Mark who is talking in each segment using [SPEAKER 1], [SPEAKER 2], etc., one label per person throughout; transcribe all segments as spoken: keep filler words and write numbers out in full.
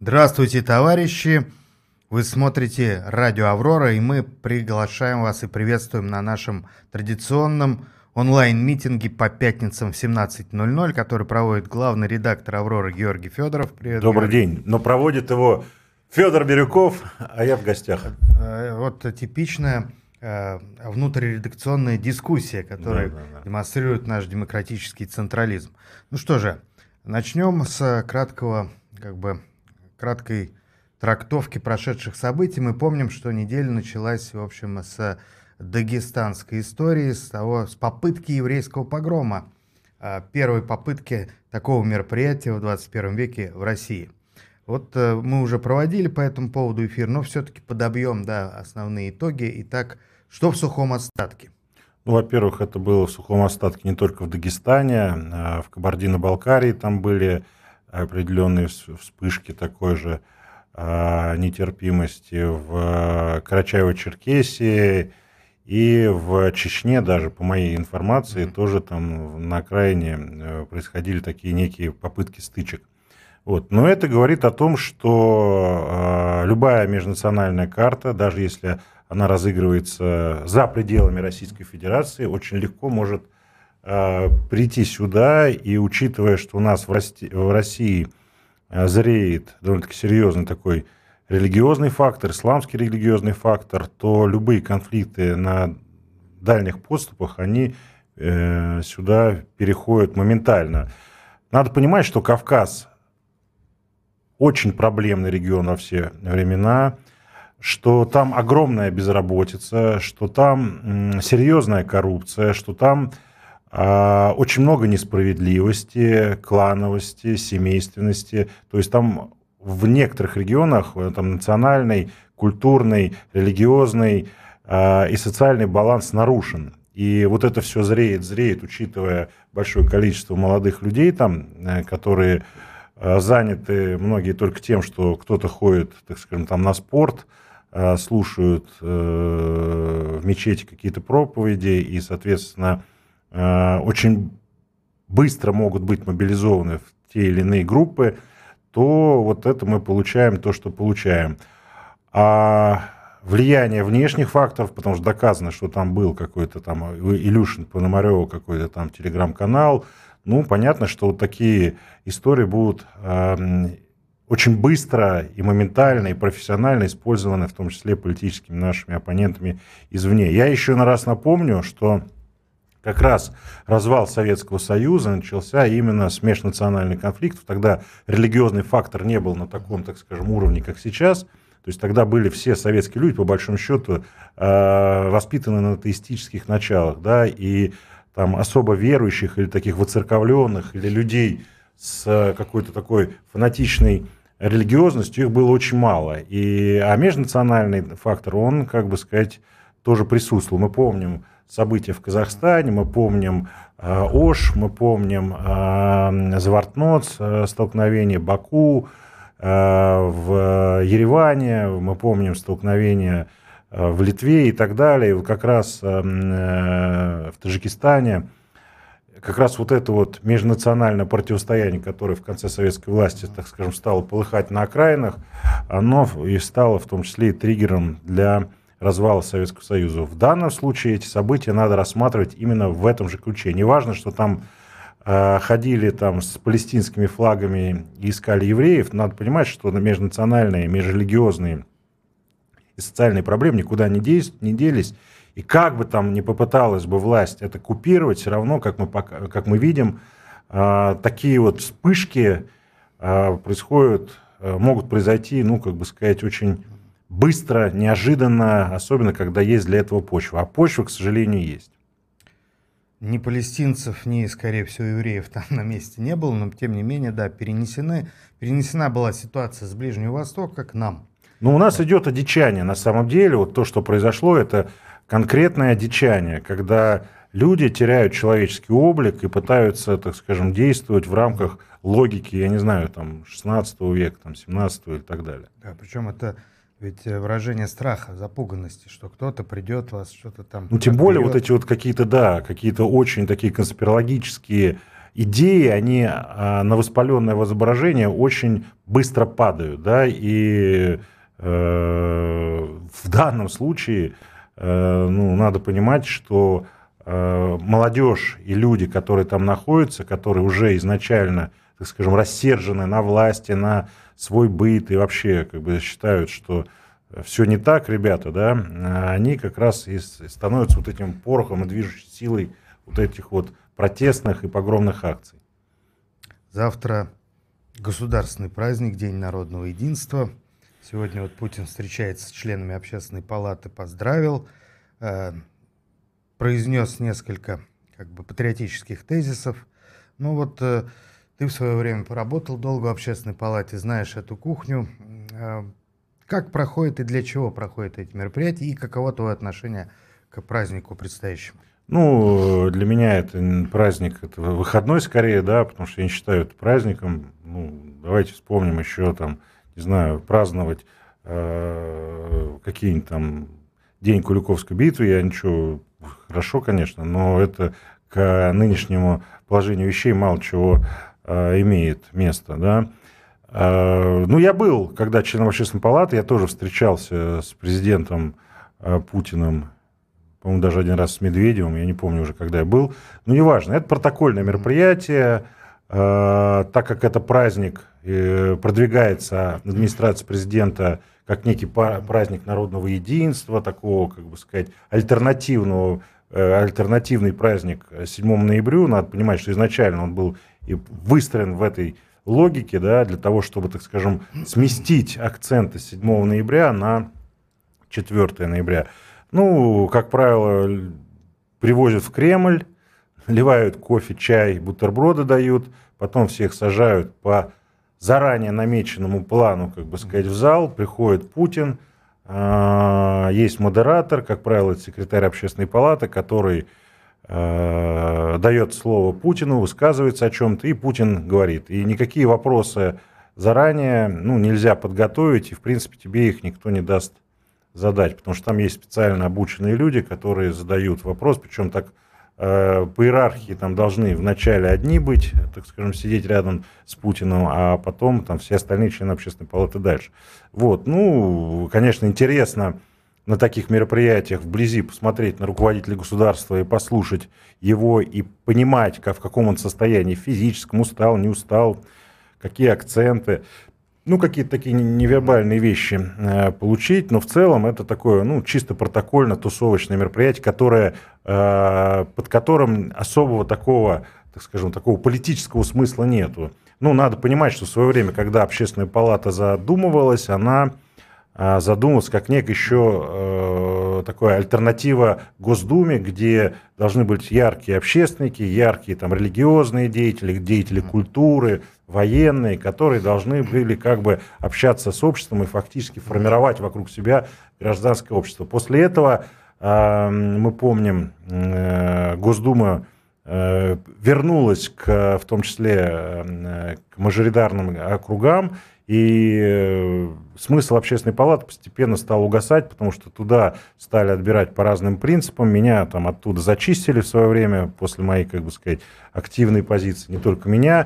[SPEAKER 1] Здравствуйте, товарищи! Вы смотрите радио «Аврора», и мы приглашаем вас и приветствуем на нашем традиционном онлайн-митинге по пятницам в семнадцать ноль ноль, который проводит главный редактор «Авроры» Георгий Федоров.
[SPEAKER 2] Привет, Добрый Георгий. День. Но проводит его Федор Бирюков, а я в гостях.
[SPEAKER 1] Вот типичная внутриредакционная дискуссия, которая да, да, да. демонстрирует наш демократический централизм. Ну что же, начнем с краткого, как бы, краткой трактовки прошедших событий. Мы помним, что неделя началась, в общем, с дагестанской истории, с, того, с попытки еврейского погрома, первой попытки такого мероприятия в двадцать первом веке в России. Вот мы уже проводили по этому поводу эфир, но все-таки подобьем да, основные итоги. Итак, что в сухом остатке?
[SPEAKER 2] Ну, во-первых, это было в сухом остатке не только в Дагестане, а в Кабардино-Балкарии там были определенные вспышки такой же а, нетерпимости, в Карачаево-Черкесии и в Чечне даже, по моей информации, mm-hmm. тоже там на окраине происходили такие некие попытки стычек. Вот. Но это говорит о том, что э, любая межнациональная карта, даже если она разыгрывается за пределами Российской Федерации, очень легко может э, прийти сюда, и учитывая, что у нас в, Росси- в России э, зреет довольно-таки серьезный такой религиозный фактор, исламский религиозный фактор, то любые конфликты на дальних подступах, они э, сюда переходят моментально. Надо понимать, что Кавказ очень проблемный регион во все времена, что там огромная безработица, что там серьезная коррупция, что там э, очень много несправедливости, клановости, семейственности. То есть там в некоторых регионах там, национальный, культурный, религиозный э, и социальный баланс нарушен. И вот это все зреет, зреет, учитывая большое количество молодых людей там, э, которые заняты многие только тем, что кто-то ходит, так скажем, там на спорт, слушают в мечети какие-то проповеди и, соответственно, очень быстро могут быть мобилизованы в те или иные группы, то вот это мы получаем то, что получаем. А влияние внешних факторов, потому что доказано, что там был какой-то там Илюшин Пономарева, какой-то там телеграм-канал. Ну, понятно, что вот такие истории будут э, очень быстро и моментально, и профессионально использованы, в том числе политическими нашими оппонентами извне. Я еще раз напомню, что как раз развал Советского Союза начался именно с межнациональных конфликтов. Тогда религиозный фактор не был на таком, так скажем, уровне, как сейчас. То есть тогда были все советские люди, по большому счету, э, воспитаны на атеистических началах, да, и там особо верующих или таких воцерковленных, или людей с какой-то такой фанатичной религиозностью, их было очень мало. И, а межнациональный фактор, он, как бы сказать, тоже присутствовал. Мы помним события в Казахстане, мы помним э, Ош, мы помним э, Звартноц, э, столкновение Баку, э, в Ереване, мы помним столкновение в Литве и так далее, вот как раз в Таджикистане, как раз вот это вот межнациональное противостояние, которое в конце советской власти, так скажем, стало полыхать на окраинах, оно и стало в том числе и триггером для развала Советского Союза. В данном случае эти события надо рассматривать именно в этом же ключе. Не важно, что там э, ходили там с палестинскими флагами и искали евреев, надо понимать, что межнациональные, межрелигиозные и социальные проблемы никуда не, де- не делись. И как бы там ни попыталась бы власть это купировать, все равно, как мы, пока, как мы видим, э, такие вот вспышки э, происходят, э, могут произойти, ну, как бы сказать, очень быстро, неожиданно, особенно когда есть для этого почва. А почва, к сожалению, есть.
[SPEAKER 1] Ни палестинцев, ни, скорее всего, евреев там на месте не было, но, тем не менее, да, перенесены, перенесена была ситуация с Ближнего Востока к нам.
[SPEAKER 2] Ну, у нас идет одичание, на самом деле. Вот то, что произошло, это конкретное одичание, когда люди теряют человеческий облик и пытаются, так скажем, действовать в рамках логики, я не знаю, там, шестнадцатого века, там, семнадцатого и так далее.
[SPEAKER 1] Да, причем это ведь выражение страха, запуганности, что кто-то придет вас что-то там...
[SPEAKER 2] Ну, тем более вот эти вот какие-то, да, какие-то очень такие конспирологические идеи, они на воспаленное возображение очень быстро падают, да, и э, в данном случае э, ну, надо понимать, что э, молодежь и люди, которые там находятся, которые уже изначально, так скажем, рассержены на власти, на свой быт и вообще как бы считают, что все не так, ребята, да, они как раз и становятся вот этим порохом и движущей силой вот этих вот протестных и погромных акций.
[SPEAKER 1] Завтра государственный праздник, День народного единства. Сегодня вот Путин встречается с членами Общественной палаты, поздравил, э, произнес несколько как бы патриотических тезисов. Ну вот э, ты в свое время поработал долго в Общественной палате, знаешь эту кухню. Э, как проходит и для чего проходят эти мероприятия, и каково твое отношение к празднику предстоящему?
[SPEAKER 2] Ну, для меня это праздник, это выходной скорее, да, потому что я не считаю это праздником. Ну, давайте вспомним еще там, не знаю, праздновать э, какие-нибудь там День Куликовской битвы, я ничего, хорошо, конечно, но это к нынешнему положению вещей мало чего э, имеет место, да. Э, ну, я был, когда членом Общественной палаты, я тоже встречался с президентом э, Путиным, по-моему, даже один раз с Медведевым, я не помню уже, когда я был. Но неважно, это протокольное мероприятие, э, так как это праздник, э, продвигается администрация президента как некий праздник народного единства, такого, как бы сказать, альтернативного, э, альтернативный праздник седьмому ноябрю. Надо понимать, что изначально он был и выстроен в этой логике, да, для того, чтобы, так скажем, сместить акценты с седьмого ноября на четвёртое ноября. Ну, как правило, привозят в Кремль, наливают кофе, чай, бутерброды дают, потом всех сажают по заранее намеченному плану, как бы сказать, в зал, приходит Путин, есть модератор, как правило, это секретарь Общественной палаты, который дает слово Путину, высказывается о чем-то, и Путин говорит. И никакие вопросы заранее, ну, нельзя подготовить, и, в принципе, тебе их никто не даст задать, потому что там есть специально обученные люди, которые задают вопрос, причем так э, по иерархии там должны вначале одни быть, так скажем, сидеть рядом с Путиным, а потом там все остальные члены Общественной палаты дальше. Вот, ну, конечно, интересно на таких мероприятиях вблизи посмотреть на руководителя государства и послушать его, и понимать, как, в каком он состоянии физическом, устал, не устал, какие акценты. Ну, какие-то такие невербальные вещи э, получить, но в целом это такое, ну, чисто протокольно-тусовочное мероприятие, которое, э, под которым особого такого, так скажем, такого политического смысла нету. Ну, надо понимать, что в свое время, когда Общественная палата задумывалась, она э, задумывалась как некая еще э, такая альтернатива Госдуме, где должны быть яркие общественники, яркие там религиозные деятели, деятели культуры, военные, которые должны были как бы общаться с обществом и фактически формировать вокруг себя гражданское общество. После этого, э, мы помним, э, Госдума э, вернулась к, в том числе э, к мажоритарным округам, и э, смысл Общественной палаты постепенно стал угасать, потому что туда стали отбирать по разным принципам. Меня там оттуда зачистили в свое время, после моей, как бы сказать, активной позиции, не только меня.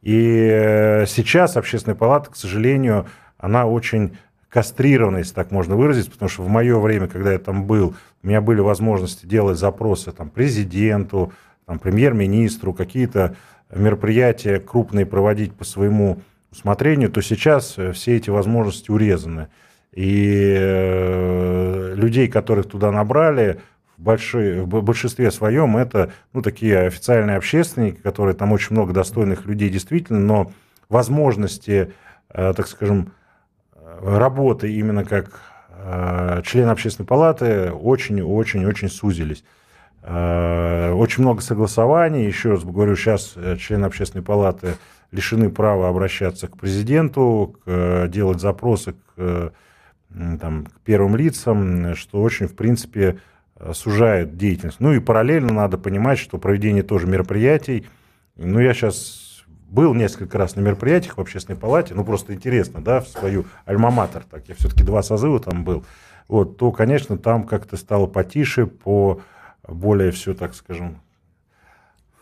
[SPEAKER 2] И сейчас Общественная палата, к сожалению, она очень кастрирована, если так можно выразить, потому что в мое время, когда я там был, у меня были возможности делать запросы там, президенту, там, премьер-министру, какие-то мероприятия крупные проводить по своему усмотрению, то сейчас все эти возможности урезаны. И э, людей, которых туда набрали, В, большой, в большинстве своем это, ну, такие официальные общественники, которые там очень много достойных людей действительно, но возможности, э, так скажем, работы именно как э, член Общественной палаты очень-очень-очень сузились. Э, очень много согласований, еще раз говорю, сейчас члены Общественной палаты лишены права обращаться к президенту, к, делать запросы к, там, к первым лицам, что очень, в принципе, сужает деятельность. Ну и параллельно надо понимать, что проведение тоже мероприятий, ну я сейчас был несколько раз на мероприятиях в Общественной палате, ну просто интересно, да, в свою альма-матер, так, я все-таки два созыва там был, вот, то, конечно, там как-то стало потише, по более все, так скажем,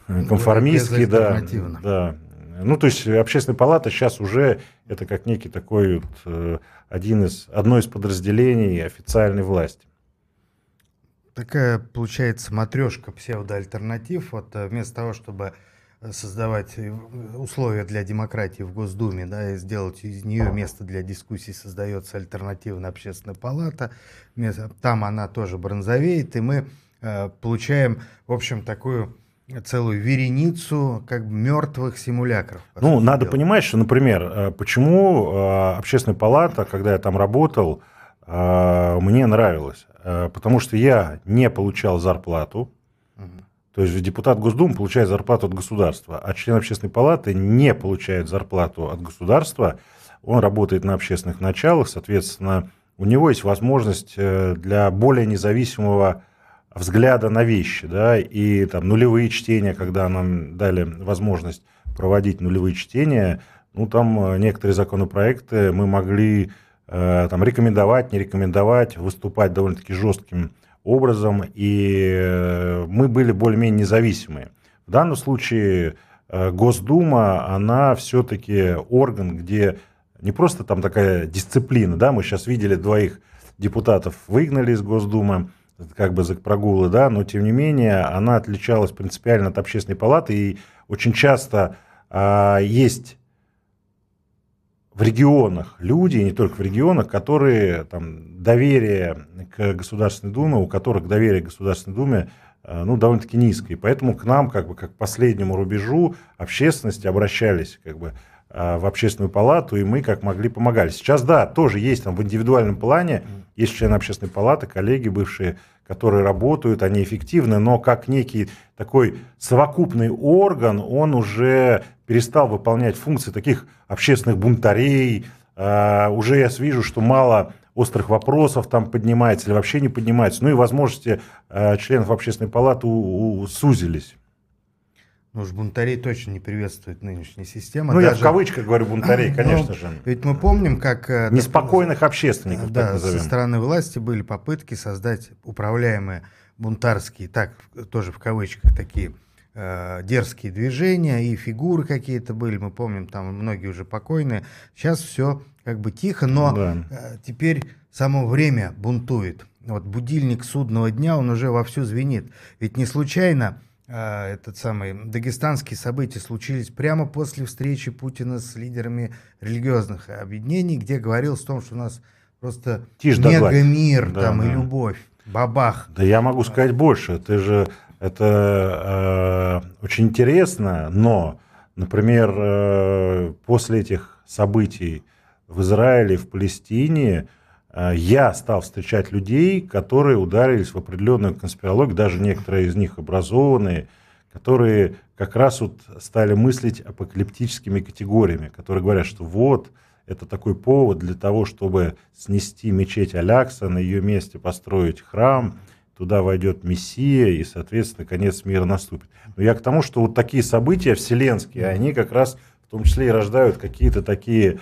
[SPEAKER 2] конформистский, да, да. Ну, то есть общественная палата сейчас уже это как некий такой вот, один из, одно из подразделений официальной власти.
[SPEAKER 1] Такая, получается, матрешка псевдоальтернатив. Вот вместо того, чтобы создавать условия для демократии в Госдуме, да, и сделать из нее место для дискуссий, создается альтернативная общественная палата. Там она тоже бронзовеет, и мы э, получаем, в общем, такую целую вереницу как бы мертвых симулякров.
[SPEAKER 2] Ну, надо дела. понимать, что, например, почему общественная палата, когда я там работал, мне нравилась. Потому что я не получал зарплату. Угу. То есть депутат Госдумы получает зарплату от государства, а член общественной палаты не получает зарплату от государства. Он работает на общественных началах, соответственно, у него есть возможность для более независимого взгляда на вещи, да, и там нулевые чтения, когда нам дали возможность проводить нулевые чтения, ну, там некоторые законопроекты мы могли э, там рекомендовать, не рекомендовать, выступать довольно-таки жестким образом, и мы были более-менее независимые. В данном случае э, Госдума, она все-таки орган, где не просто там такая дисциплина, да, мы сейчас видели двоих депутатов выгнали из Госдумы, как бы за прогулы, да, но тем не менее она отличалась принципиально от общественной палаты, и очень часто а, есть в регионах люди, и не только в регионах, которые там доверие к Государственной Думе, у которых доверие к Государственной Думе а, ну, довольно-таки низкое, и поэтому к нам, как бы, как к последнему рубежу общественности обращались, как бы, в общественную палату, и мы как могли помогали. Сейчас, да, тоже есть там в индивидуальном плане, есть члены общественной палаты, коллеги бывшие, которые работают, они эффективны, но как некий такой совокупный орган, он уже перестал выполнять функции таких общественных бунтарей. А, уже я вижу, что мало острых вопросов там поднимается или вообще не поднимается. Ну и возможности а, членов общественной палаты у, у, сузились.
[SPEAKER 1] Ну уж бунтарей точно не приветствует нынешняя система.
[SPEAKER 2] Ну,
[SPEAKER 1] Даже...
[SPEAKER 2] я в кавычках говорю бунтарей, конечно но, же.
[SPEAKER 1] Ведь мы помним, как...
[SPEAKER 2] Неспокойных общественников,
[SPEAKER 1] да,
[SPEAKER 2] так назовем.
[SPEAKER 1] Со стороны власти были попытки создать управляемые бунтарские, так, тоже в кавычках, такие э, дерзкие движения, и фигуры какие-то были, мы помним, там многие уже покойные. Сейчас все как бы тихо, но да. э, теперь само время бунтует. Вот будильник судного дня, он уже вовсю звенит. Ведь не случайно этот самый дагестанские события случились прямо после встречи Путина с лидерами религиозных объединений, где говорилось о том, что у нас просто мега-мир, да, там, да. и любовь, бабах.
[SPEAKER 2] Да я могу сказать больше, ты же, это э, очень интересно, но, например, э, после этих событий в Израиле, в Палестине, я стал встречать людей, которые ударились в определенную конспирологию, даже некоторые из них образованные, которые как раз вот стали мыслить апокалиптическими категориями, которые говорят, что вот, это такой повод для того, чтобы снести мечеть Аль-Акса, на ее месте построить храм, туда войдет Мессия, и, соответственно, конец мира наступит. Но я к тому, что вот такие события вселенские, они как раз в том числе и рождают какие-то такие...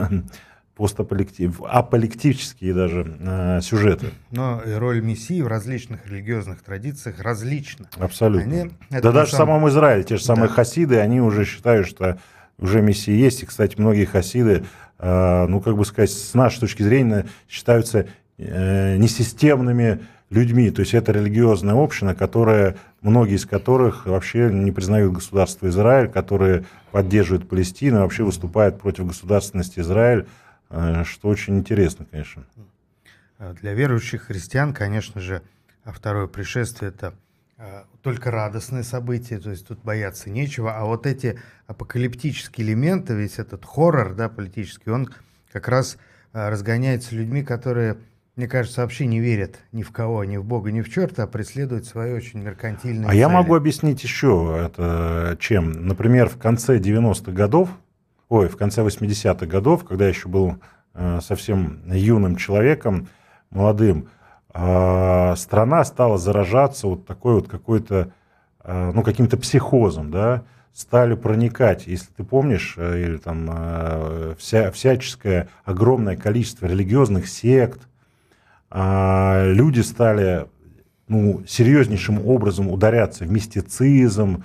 [SPEAKER 2] апокалиптические даже э, сюжеты.
[SPEAKER 1] Но и роль Мессии в различных религиозных традициях различна.
[SPEAKER 2] Абсолютно. Они, да даже самом... в самом Израиле, те же самые да. хасиды, они уже считают, что уже Мессия есть. И, кстати, многие хасиды, э, ну, как бы сказать, с нашей точки зрения, считаются э, несистемными людьми. То есть это религиозная община, которая, многие из которых вообще не признают государство Израиль, которые поддерживают Палестину, вообще выступают против государственности Израиль. Что очень интересно, конечно.
[SPEAKER 1] Для верующих христиан, конечно же, второе пришествие – это только радостное событие, то есть тут бояться нечего. А вот эти апокалиптические элементы, весь этот хоррор, да, политический, он как раз разгоняется людьми, которые, мне кажется, вообще не верят ни в кого, ни в Бога, ни в черта, а преследуют свои очень меркантильные
[SPEAKER 2] а
[SPEAKER 1] цели.
[SPEAKER 2] Я могу объяснить еще это чем. Например, в конце девяностых годов, ой, в конце восьмидесятых годов, когда я еще был э, совсем юным человеком, молодым, э, страна стала заражаться вот такой вот какой-то, э, ну, каким-то психозом, да, стали проникать, если ты помнишь, э, или там э, вся, всяческое огромное количество религиозных сект, э, люди стали, ну, серьезнейшим образом ударяться в мистицизм,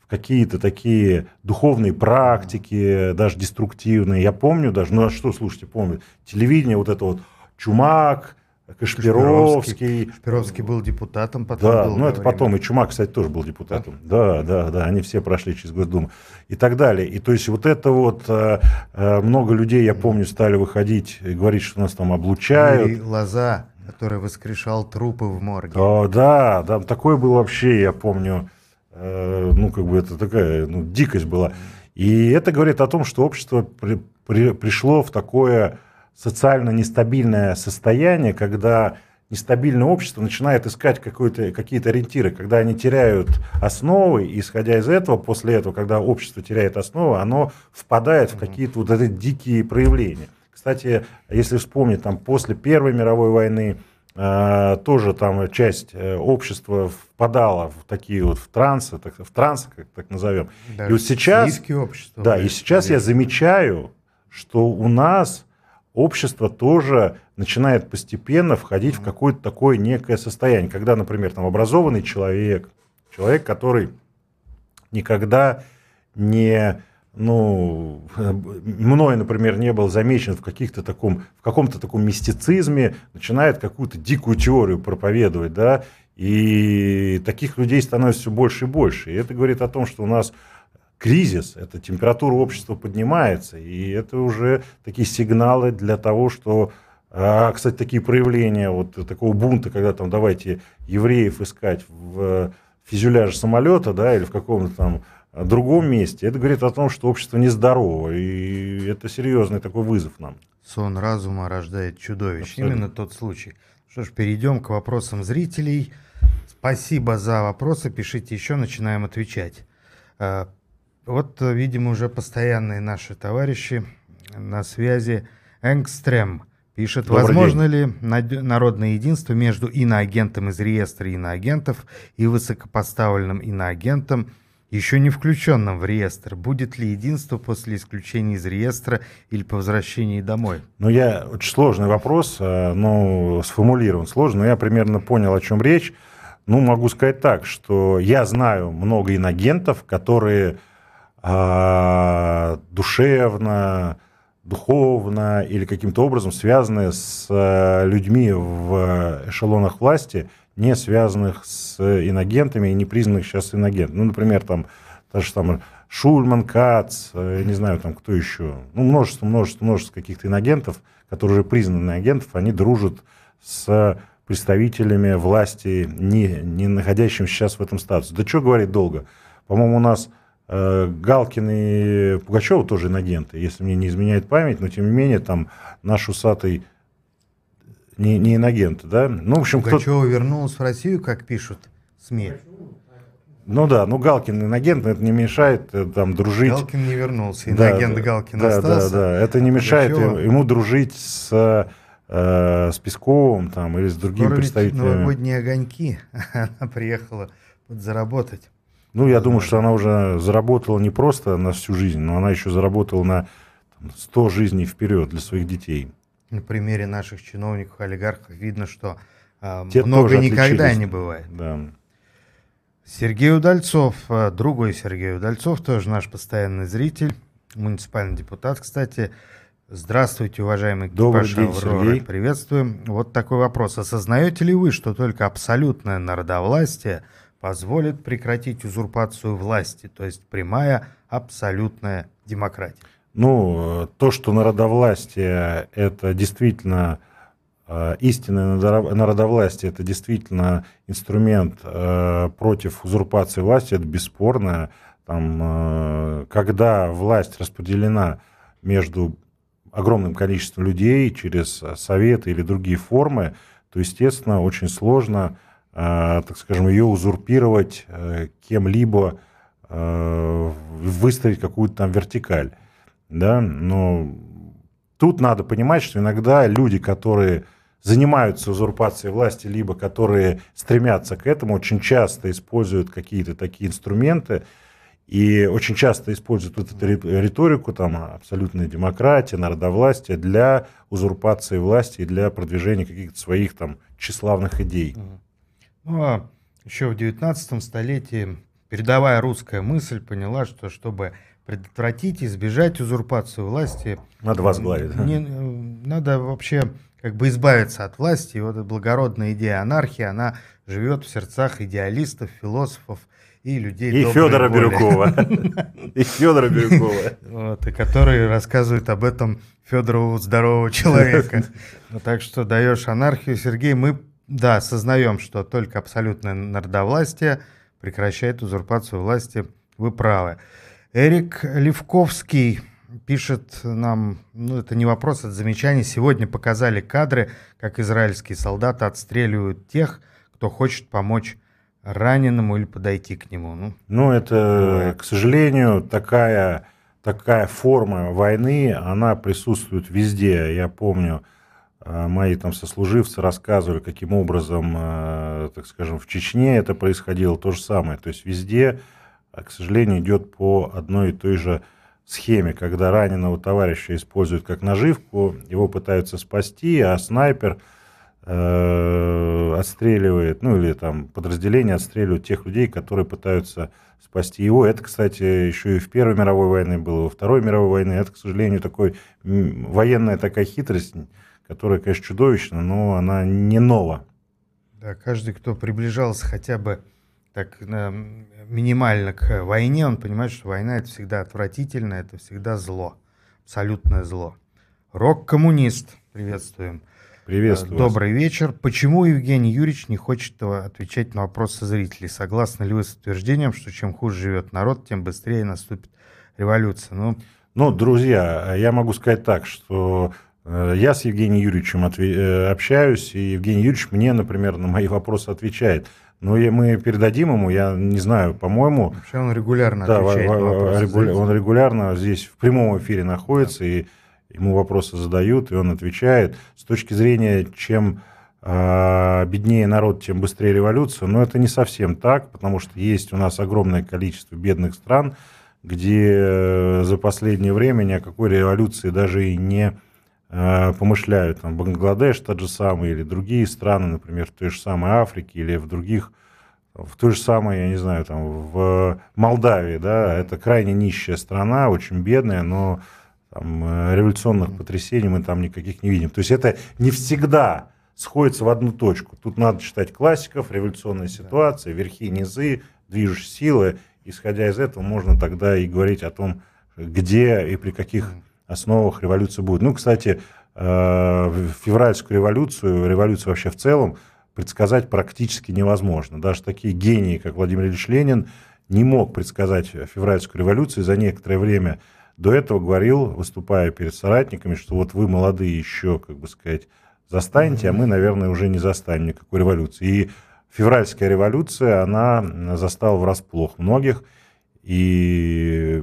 [SPEAKER 2] в какие-то такие духовные практики, даже деструктивные. Я помню даже, ну а что, слушайте, помню, телевидение, вот это вот Чумак, Кашпировский.
[SPEAKER 1] Кашпировский был депутатом, потом
[SPEAKER 2] да,
[SPEAKER 1] был.
[SPEAKER 2] ну это потом, и Чумак, кстати, тоже был депутатом. Да? да, да, да, они все прошли через Госдуму и так далее. И то есть вот это вот, э, много людей, я помню, стали выходить и говорить, что нас там облучают.
[SPEAKER 1] И Лоза, который воскрешал трупы в морге.
[SPEAKER 2] О, да, да, такое было вообще, я помню, э, ну как бы это такая, ну, дикость была. И это говорит о том, что общество при, при, пришло в такое социально нестабильное состояние, когда нестабильное общество начинает искать какие-то ориентиры, когда они теряют основы, и исходя из этого, после этого, когда общество теряет основы, оно впадает в какие-то вот эти дикие проявления. Кстати, если вспомнить, там, после Первой мировой войны э, тоже там часть общества впадала в такие вот в трансы, так, в трансы, как так назовем.
[SPEAKER 1] Даже
[SPEAKER 2] и вот сейчас,
[SPEAKER 1] общества,
[SPEAKER 2] да, и сейчас я замечаю, что у нас общество тоже начинает постепенно входить mm-hmm. в какое-то такое некое состояние, когда, например, там образованный человек, человек, который никогда не, ну, мной, например, не был замечен в, каких-то таком, в каком-то таком мистицизме, начинает какую-то дикую теорию проповедовать, да, и таких людей становится все больше и больше. И это говорит о том, что у нас кризис, это температура общества поднимается, и это уже такие сигналы для того, что, а, кстати, такие проявления вот такого бунта, когда там давайте евреев искать в фюзеляже самолета, да, или в каком-то там другом месте, это говорит о том, что общество нездорово, и это серьезный такой вызов нам.
[SPEAKER 1] Сон разума рождает чудовищ.
[SPEAKER 2] Абсолютно.
[SPEAKER 1] Именно тот случай. Что ж, перейдем к вопросам зрителей. Спасибо за вопросы, пишите еще, начинаем отвечать. Вот, видимо, уже постоянные наши товарищи на связи. Энгстрем пишет,
[SPEAKER 2] Добрый
[SPEAKER 1] возможно
[SPEAKER 2] день.
[SPEAKER 1] ли народное единство между иноагентом из реестра иноагентов и высокопоставленным иноагентом, еще не включенным в реестр? Будет ли единство после исключения из реестра или по возвращении домой?
[SPEAKER 2] Ну, я, очень сложный вопрос, но сформулирован сложно, но я примерно понял, о чем речь. Ну, могу сказать так, что я знаю много инагентов, которые а, душевно, духовно или каким-то образом связаны с а, людьми в эшелонах власти, не связанных с инагентами и не признанных сейчас инагентами. Ну, например, там, даже там Шульман, Кац, я не знаю, там кто еще. Ну, множество, множество, множество каких-то инагентов, которые уже признаны инагентов, они дружат с представителями власти, не, не находящимся сейчас в этом статусе. Да что говорить долго? По-моему, у нас э, Галкин и Пугачева тоже инагенты, если мне не изменяет память, но тем не менее там наш усатый не, не инагенты, да? Ну, в общем,
[SPEAKER 1] Пугачева кто... вернулась в Россию, как пишут СМИ.
[SPEAKER 2] Ну да, ну Галкин инагент, но это не мешает там дружить.
[SPEAKER 1] Галкин не вернулся, инагент
[SPEAKER 2] да,
[SPEAKER 1] Галкин
[SPEAKER 2] да,
[SPEAKER 1] остался.
[SPEAKER 2] Да, да, это не мешает
[SPEAKER 1] Пугачева...
[SPEAKER 2] ему дружить с... с Песковым там, или с другими
[SPEAKER 1] Скоро
[SPEAKER 2] представителями.
[SPEAKER 1] Новогодние огоньки, она приехала подзаработать.
[SPEAKER 2] Ну, я думаю, что она уже заработала не просто на всю жизнь, но она еще заработала на там, сто жизней вперед для своих детей.
[SPEAKER 1] На примере наших чиновников, олигархов видно, что э,
[SPEAKER 2] Те
[SPEAKER 1] много никогда не бывает.
[SPEAKER 2] Да.
[SPEAKER 1] Сергей Удальцов, другой Сергей Удальцов, тоже наш постоянный зритель, муниципальный депутат, кстати. Здравствуйте, уважаемый
[SPEAKER 2] Добрый день, Сергей.
[SPEAKER 1] Приветствуем. Вот такой вопрос. Осознаете ли вы, что только абсолютное народовластие позволит прекратить узурпацию власти, то есть прямая абсолютная демократия?
[SPEAKER 2] Ну, то, что народовластие – это действительно истинное народовластие, это действительно инструмент против узурпации власти, это бесспорно. Там, когда власть распределена между огромным количеством людей через советы или другие формы, то, естественно, очень сложно, э, так скажем, ее узурпировать э, кем-либо, э, выстроить какую-то там вертикаль. Да? Но тут надо понимать, что иногда люди, которые занимаются узурпацией власти, либо которые стремятся к этому, очень часто используют какие-то такие инструменты, и очень часто используют вот эту риторику, там, абсолютная демократия, народовластие для узурпации власти и для продвижения каких-то своих там тщеславных идей.
[SPEAKER 1] Ну, а еще в девятнадцатом столетии передовая русская мысль поняла, что чтобы предотвратить, избежать узурпацию власти,
[SPEAKER 2] надо возглавить.
[SPEAKER 1] Не, надо вообще как бы избавиться от власти. И вот эта благородная идея анархии, она живет в сердцах идеалистов, философов и людей
[SPEAKER 2] и Федора
[SPEAKER 1] воли.
[SPEAKER 2] Бирюкова. И Федора Бирюкова.
[SPEAKER 1] И которые рассказывают об этом Федорову здорового человека. Так что даешь анархию, Сергей. Мы, да, осознаем, что только абсолютное народовластие прекращает узурпацию власти. Вы правы. Эрик Левковский пишет нам, ну это не вопрос, это замечание. Сегодня показали кадры, как израильские солдаты отстреливают тех, кто хочет помочь раненому или подойти к нему. Ну,
[SPEAKER 2] ну это, к сожалению, такая, такая форма войны, она присутствует везде. Я помню, мои там сослуживцы рассказывали, каким образом, так скажем, в Чечне это происходило, то же самое. То есть везде, к сожалению, идет по одной и той же схеме, когда раненого товарища используют как наживку, его пытаются спасти, а снайпер э, отстреливает, ну или там подразделение отстреливают тех людей, которые пытаются спасти его. Это, кстати, еще и в Первой мировой войне было, во Второй мировой войне. Это, к сожалению, такой, военная такая хитрость, которая, конечно, чудовищна, но она не нова.
[SPEAKER 1] Да, каждый, кто приближался хотя бы так минимально к войне, он понимает, что война — это всегда отвратительно, это всегда зло, абсолютное зло. Рок-коммунист, приветствуем.
[SPEAKER 2] Приветствую.
[SPEAKER 1] Добрый вечер. Почему Евгений Юрьевич не хочет отвечать на вопросы зрителей? Согласны ли вы с утверждением, что чем хуже живет народ, тем быстрее наступит революция? Ну,
[SPEAKER 2] ну друзья, я могу сказать так, что я с Евгением Юрьевичем общаюсь, и Евгений Юрьевич мне, например, на мои вопросы отвечает. Но мы передадим ему, я не знаю, по-моему...
[SPEAKER 1] Вообще он регулярно
[SPEAKER 2] да,
[SPEAKER 1] отвечает на вопросы.
[SPEAKER 2] Регуля, он регулярно здесь в прямом эфире находится, да. И ему вопросы задают, и он отвечает. С точки зрения, чем э, беднее народ, тем быстрее революция, но это не совсем так, потому что есть у нас огромное количество бедных стран, где за последнее время ни о какой революции даже и не э, помышляют. Там Бангладеш тот же самый, или другие страны, например, в той же самой Африке, или в других, в той же самой, я не знаю, там, в Молдавии, да, это крайне нищая страна, очень бедная, но там, революционных потрясений мы там никаких не видим. То есть это не всегда сходится в одну точку. Тут надо читать классиков, революционная ситуация, верхи, низы, движущие силы. Исходя из этого, можно тогда и говорить о том, где и при каких основах революция будет. Ну, кстати, февральскую революцию, революцию вообще в целом, предсказать практически невозможно. Даже такие гении, как Владимир Ильич Ленин, не мог предсказать февральскую революцию. За некоторое время до этого говорил, выступая перед соратниками, что вот вы, молодые, еще, как бы сказать, застанете, а мы, наверное, уже не застанем никакой революции. И февральская революция, она застала врасплох многих. И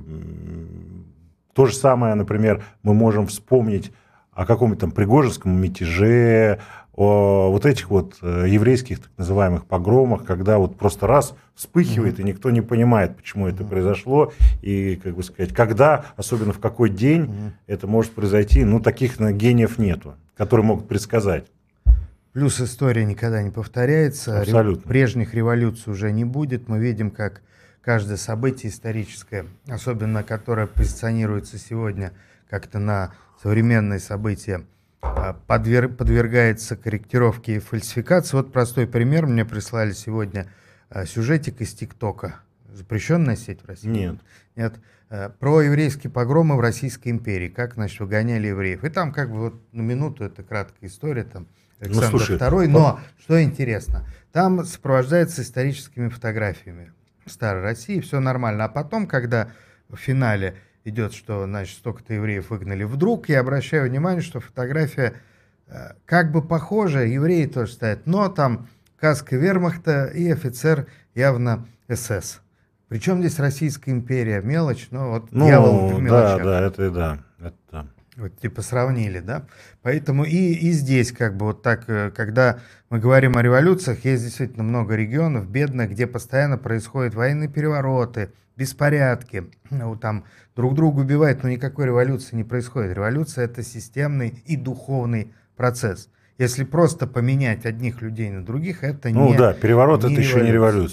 [SPEAKER 2] то же самое, например, мы можем вспомнить о каком-то там Пригожинском мятеже, о вот этих вот еврейских так называемых погромах, когда вот просто раз вспыхивает, mm-hmm. и никто не понимает, почему mm-hmm. это произошло, и, как бы сказать, когда, особенно в какой день mm-hmm. это может произойти, ну, таких гениев нету, которые могут предсказать.
[SPEAKER 1] Плюс история никогда не повторяется,
[SPEAKER 2] абсолютно.
[SPEAKER 1] Прежних революций уже не будет, мы видим, как каждое событие историческое, особенно которое позиционируется сегодня как-то на современные события, Подверг, подвергается корректировке и фальсификации. Вот простой пример. Мне прислали сегодня сюжетик из ТикТока. Запрещенная сеть в России?
[SPEAKER 2] Нет.
[SPEAKER 1] Нет. Про еврейские погромы в Российской империи. Как, значит, выгоняли евреев. И там как бы вот на минуту, это краткая история, там Александр
[SPEAKER 2] ну, слушай,
[SPEAKER 1] Второй. Но, что интересно, там сопровождается историческими фотографиями старой России. Все нормально. А потом, когда в финале идет, что, значит, столько-то евреев выгнали, вдруг я обращаю внимание, что фотография э, как бы похожая, евреи тоже стоят, но там каска вермахта и офицер явно эс эс. Причем здесь Российская империя, мелочь, но вот
[SPEAKER 2] ну,
[SPEAKER 1] дьявол в
[SPEAKER 2] Да,
[SPEAKER 1] мелочах.
[SPEAKER 2] да, это да. Это...
[SPEAKER 1] Вот типа сравнили, да? Поэтому и, и здесь как бы вот так, когда мы говорим о революциях, есть действительно много регионов бедных, где постоянно происходят военные перевороты, беспорядки, ну, там друг друга убивают, но никакой революции не происходит. Революция — это системный и духовный процесс. Если просто поменять одних людей на других, это
[SPEAKER 2] ну, не... Ну да, переворот —
[SPEAKER 1] не
[SPEAKER 2] это еще не революция.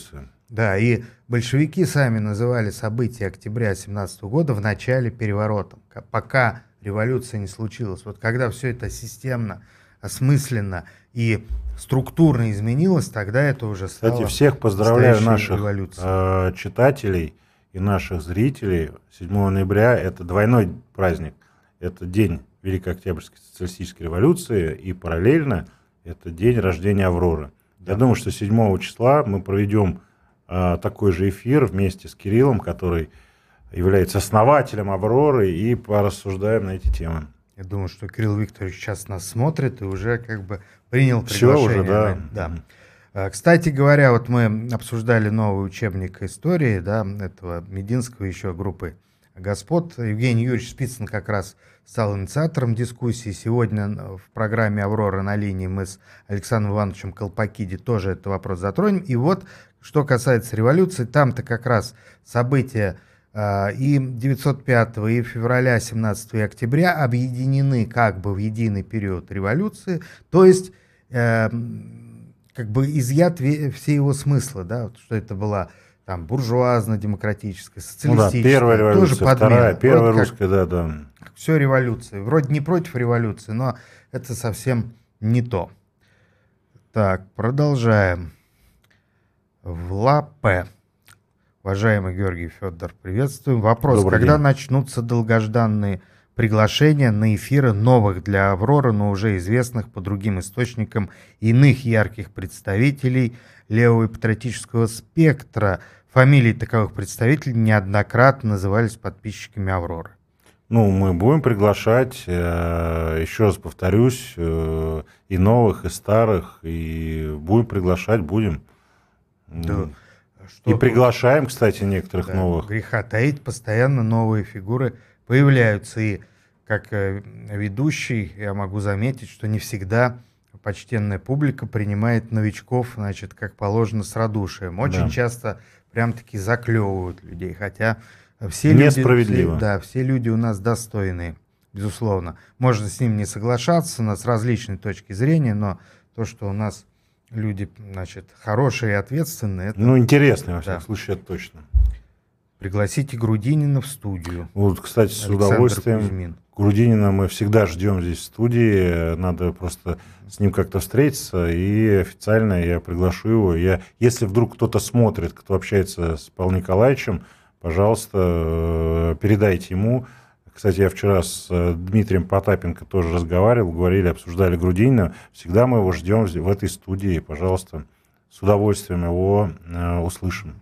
[SPEAKER 1] Да, и большевики сами называли события октября семнадцатого года в начале переворотом, пока революция не случилась. Вот когда все это системно, осмысленно и структурно изменилось, тогда это уже стало.
[SPEAKER 2] Кстати, всех поздравляю наших э, читателей и наших зрителей. седьмого ноября это двойной праздник. Это день Великой Октябрьской социалистической революции и параллельно это день рождения Авроры. Да. Я думаю, что седьмого числа мы проведем э, такой же эфир вместе с Кириллом, который является основателем Авроры, и порассуждаем на эти темы.
[SPEAKER 1] Я думаю, что Кирилл Викторович сейчас нас смотрит и уже как бы принял приглашение.
[SPEAKER 2] Все уже, да.
[SPEAKER 1] да. Mm-hmm. Кстати говоря, вот мы обсуждали новый учебник истории, да, этого Мединского еще группы господ. Евгений Юрьевич Спицын как раз стал инициатором дискуссии. Сегодня в программе «Аврора на линии» мы с Александром Ивановичем Колпакиди тоже этот вопрос затронем. И вот, что касается революции, там-то как раз события и девятьсот пятого, и февраля семнадцатого, и октября объединены как бы в единый период революции, то есть э, как бы изъят все его смыслы, да, вот, что это была там буржуазно-демократическая, социалистическая, ну да,
[SPEAKER 2] первая революция,
[SPEAKER 1] тоже подмена.
[SPEAKER 2] Вторая, первая русская, да, да.
[SPEAKER 1] Все революция, вроде не против революции, но это совсем не то. Так, продолжаем. Влапе. Уважаемый Георгий Федор, приветствуем. Вопрос,
[SPEAKER 2] Добрый
[SPEAKER 1] когда
[SPEAKER 2] день.
[SPEAKER 1] начнутся долгожданные приглашения на эфиры новых для «Авроры», но уже известных по другим источникам иных ярких представителей левого и патриотического спектра? Фамилии таковых представителей неоднократно назывались подписчиками «Авроры».
[SPEAKER 2] Ну, мы будем приглашать, еще раз повторюсь, и новых, и старых, и будем приглашать, будем.
[SPEAKER 1] Да.
[SPEAKER 2] Что и приглашаем, кстати, некоторых
[SPEAKER 1] да,
[SPEAKER 2] новых.
[SPEAKER 1] Греха таить, постоянно новые фигуры появляются. И как ведущий я могу заметить, что не всегда почтенная публика принимает новичков, значит, как положено, с радушием. Очень да. часто прям-таки заклевывают людей, хотя все
[SPEAKER 2] Несправедливо.
[SPEAKER 1] люди, все, да, все люди у нас достойные, безусловно. Можно с ним не соглашаться, у нас различные точки зрения, но то, что у нас люди, значит, хорошие и ответственные. Это,
[SPEAKER 2] ну, интересные, во всяком
[SPEAKER 1] да.
[SPEAKER 2] случае, это точно.
[SPEAKER 1] Пригласите Грудинина в студию.
[SPEAKER 2] Вот, кстати, с Александр удовольствием. Кузьмин. Грудинина мы всегда ждем здесь в студии. Надо просто с ним как-то встретиться, и официально я приглашу его. Я, если вдруг кто-то смотрит, кто общается с Павлом Николаевичем, пожалуйста, передайте ему. Кстати, я вчера с Дмитрием Потапенко тоже разговаривал, говорили, обсуждали Грудинина. Всегда мы его ждем в этой студии. Пожалуйста, с удовольствием его э, услышим.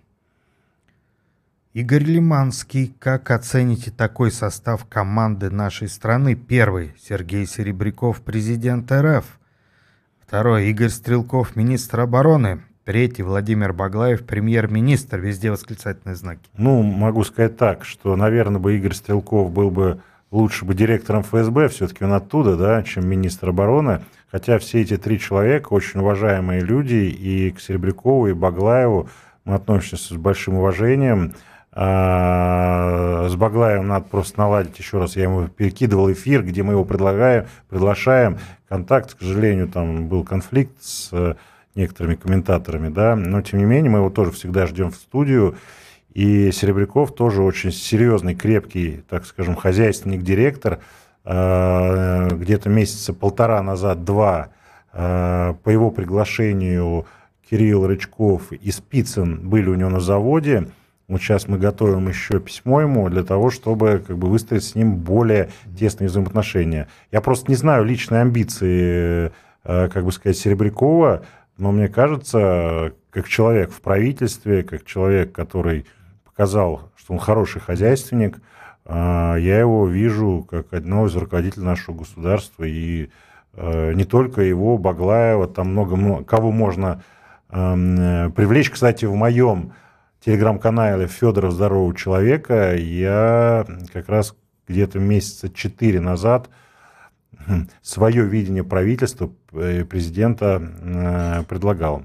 [SPEAKER 1] Игорь Лиманский. Как оцените такой состав команды нашей страны? Первый. Сергей Серебряков, президент эр эф. Второй. Игорь Стрелков, министр обороны. Третий. Владимир Баглаев, премьер-министр. Везде восклицательные знаки.
[SPEAKER 2] Ну, могу сказать так, что, наверное, бы Игорь Стрелков был бы лучше бы директором эф эс бэ, все-таки он оттуда, да, чем министр обороны. Хотя все эти три человека очень уважаемые люди, и к Серебрякову, и Баглаеву мы относимся с большим уважением. А с Баглаевым надо просто наладить еще раз. Я ему перекидывал эфир, где мы его предлагаем, приглашаем. Контакт, к сожалению, там был конфликт с некоторыми комментаторами, да, но тем не менее мы его тоже всегда ждем в студию, и Серебряков тоже очень серьезный, крепкий, так скажем, хозяйственник-директор, где-то месяца полтора назад, два, по его приглашению Кирилл Рычков и Спицын были у него на заводе. Вот сейчас мы готовим еще письмо ему для того, чтобы как бы выстроить с ним более тесные взаимоотношения. Я просто не знаю личной амбиции, как бы сказать, Серебрякова, но мне кажется, как человек в правительстве, как человек, который показал, что он хороший хозяйственник, я его вижу как одного из руководителей нашего государства. И не только его, Баглаева, там много, много кого можно привлечь. Кстати, в моем телеграм-канале «Федоров здорового человека» я как раз где-то месяца четыре назад свое видение правительства президента предлагал.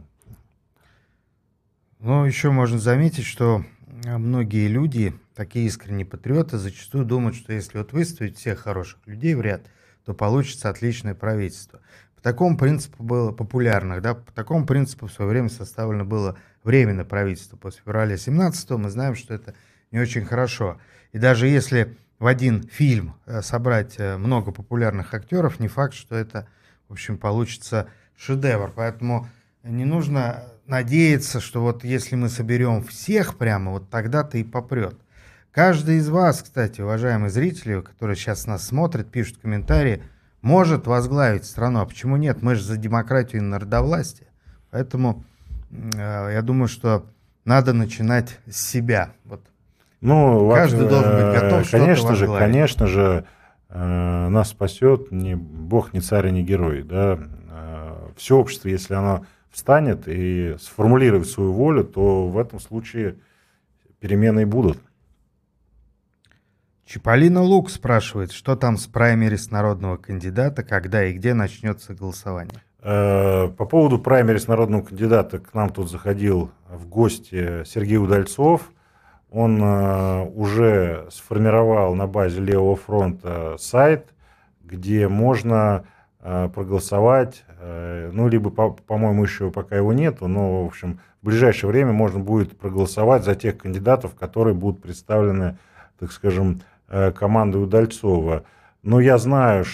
[SPEAKER 1] Ну, еще можно заметить, что многие люди, такие искренние патриоты, зачастую думают, что если вот выставить всех хороших людей в ряд, то получится отличное правительство. такому принципу было популярных, да, по такому принципу в свое время составлено было временное правительство после февраля семнадцатого. Мы знаем, что это не очень хорошо. И даже если в один фильм собрать много популярных актеров, не факт, что это, в общем, получится шедевр. Поэтому не нужно надеяться, что вот если мы соберем всех прямо, вот тогда-то и попрет. Каждый из вас, кстати, уважаемые зрители, которые сейчас нас смотрят, пишут комментарии, может возглавить страну. А почему нет? Мы же за демократию и народовластие. Поэтому э, я думаю, что надо начинать с себя. Вот.
[SPEAKER 2] Ну,
[SPEAKER 1] каждый должен быть готов
[SPEAKER 2] конечно
[SPEAKER 1] что-то
[SPEAKER 2] же,
[SPEAKER 1] возглавить.
[SPEAKER 2] Конечно же, э, нас спасет не Бог, не царь и не герой. Да? Э, все общество, если оно встанет и сформулирует свою волю, то в этом случае перемены и будут.
[SPEAKER 1] Чиполлино Лук спрашивает, что там с праймерис народного кандидата, когда и где начнется голосование.
[SPEAKER 2] По поводу праймерис народного кандидата к нам тут заходил в гости Сергей Удальцов. Он уже сформировал на базе Левого фронта сайт, где можно проголосовать. Ну, либо, по-моему, еще пока его нету, но, в общем, в ближайшее время можно будет проголосовать за тех кандидатов, которые будут представлены, так скажем, командой Удальцова. Но я знаю,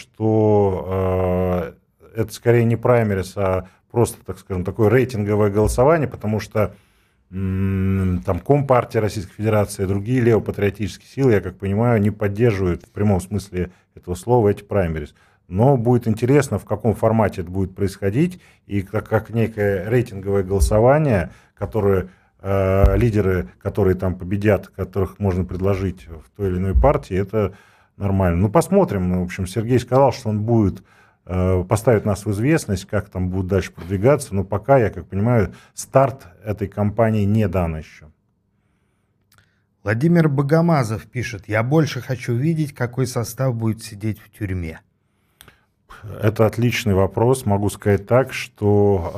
[SPEAKER 2] что э, это скорее не праймерис, а просто, так скажем, такое рейтинговое голосование, потому что м- там Компартия Российской Федерации и другие левопатриотические силы, я как понимаю, не поддерживают в прямом смысле этого слова эти праймерис. Но будет интересно, в каком формате это будет происходить, и как, как некое рейтинговое голосование, которое э, лидеры, которые там победят, которых можно предложить в той или иной партии, это нормально. Ну, посмотрим. В общем, Сергей сказал, что он будет э, поставить нас в известность, как там будут дальше продвигаться, но пока, я как понимаю, старт этой кампании не дан еще.
[SPEAKER 1] Владимир Богомазов пишет: я больше хочу видеть, какой состав будет сидеть в тюрьме.
[SPEAKER 2] Это отличный вопрос. Могу сказать так, что